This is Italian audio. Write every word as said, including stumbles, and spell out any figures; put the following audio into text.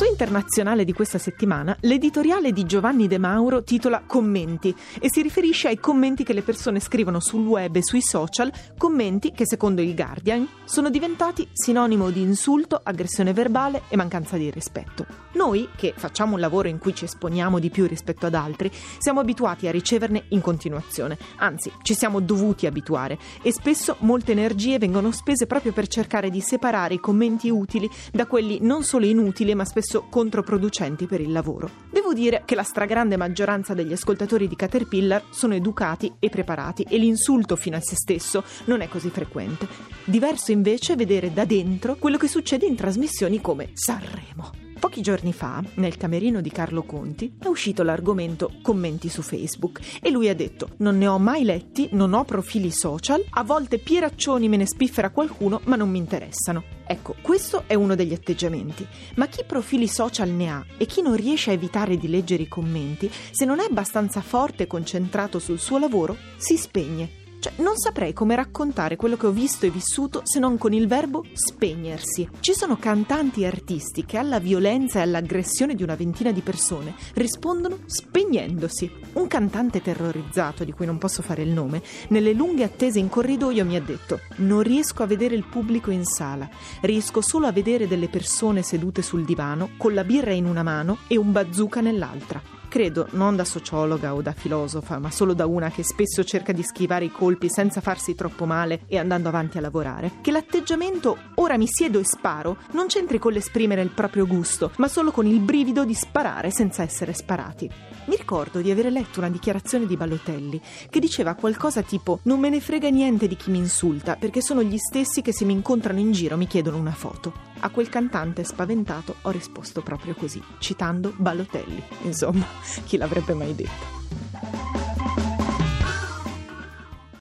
Su Internazionale di questa settimana, l'editoriale di Giovanni De Mauro titola Commenti e si riferisce ai commenti che le persone scrivono sul web e sui social, commenti che secondo il Guardian sono diventati sinonimo di insulto, aggressione verbale e mancanza di rispetto. Noi, che facciamo un lavoro in cui ci esponiamo di più rispetto ad altri, siamo abituati a riceverne in continuazione, anzi ci siamo dovuti abituare e spesso molte energie vengono spese proprio per cercare di separare i commenti utili da quelli non solo inutili ma spesso controproducenti per il lavoro. Devo dire che la stragrande maggioranza degli ascoltatori di Caterpillar sono educati e preparati e l'insulto fino a se stesso non è così frequente. Diverso invece vedere da dentro quello che succede in trasmissioni come Sanremo. Pochi giorni fa, nel camerino di Carlo Conti, è uscito l'argomento commenti su Facebook e lui ha detto: non ne ho mai letti, non ho profili social, a volte Pieraccioni me ne spiffera qualcuno ma non mi interessano. Ecco, questo è uno degli atteggiamenti, ma chi profili social ne ha e chi non riesce a evitare di leggere i commenti, se non è abbastanza forte e concentrato sul suo lavoro, si spegne. Cioè, non saprei come raccontare quello che ho visto e vissuto se non con il verbo spegnersi. Ci sono cantanti e artisti che alla violenza e all'aggressione di una ventina di persone rispondono spegnendosi. Un cantante terrorizzato, di cui non posso fare il nome, nelle lunghe attese in corridoio mi ha detto: non riesco a vedere il pubblico in sala, riesco solo a vedere delle persone sedute sul divano con la birra in una mano e un bazooka nell'altra. Credo, non da sociologa o da filosofa, ma solo da una che spesso cerca di schivare i colpi senza farsi troppo male e andando avanti a lavorare, che l'atteggiamento ora mi siedo e sparo non c'entri con l'esprimere il proprio gusto, ma solo con il brivido di sparare senza essere sparati. Mi ricordo di aver letto una dichiarazione di Balotelli che diceva qualcosa tipo: non me ne frega niente di chi mi insulta, perché sono gli stessi che se mi incontrano in giro mi chiedono una foto. A quel cantante spaventato ho risposto proprio così, citando Balotelli. Insomma, chi l'avrebbe mai detto?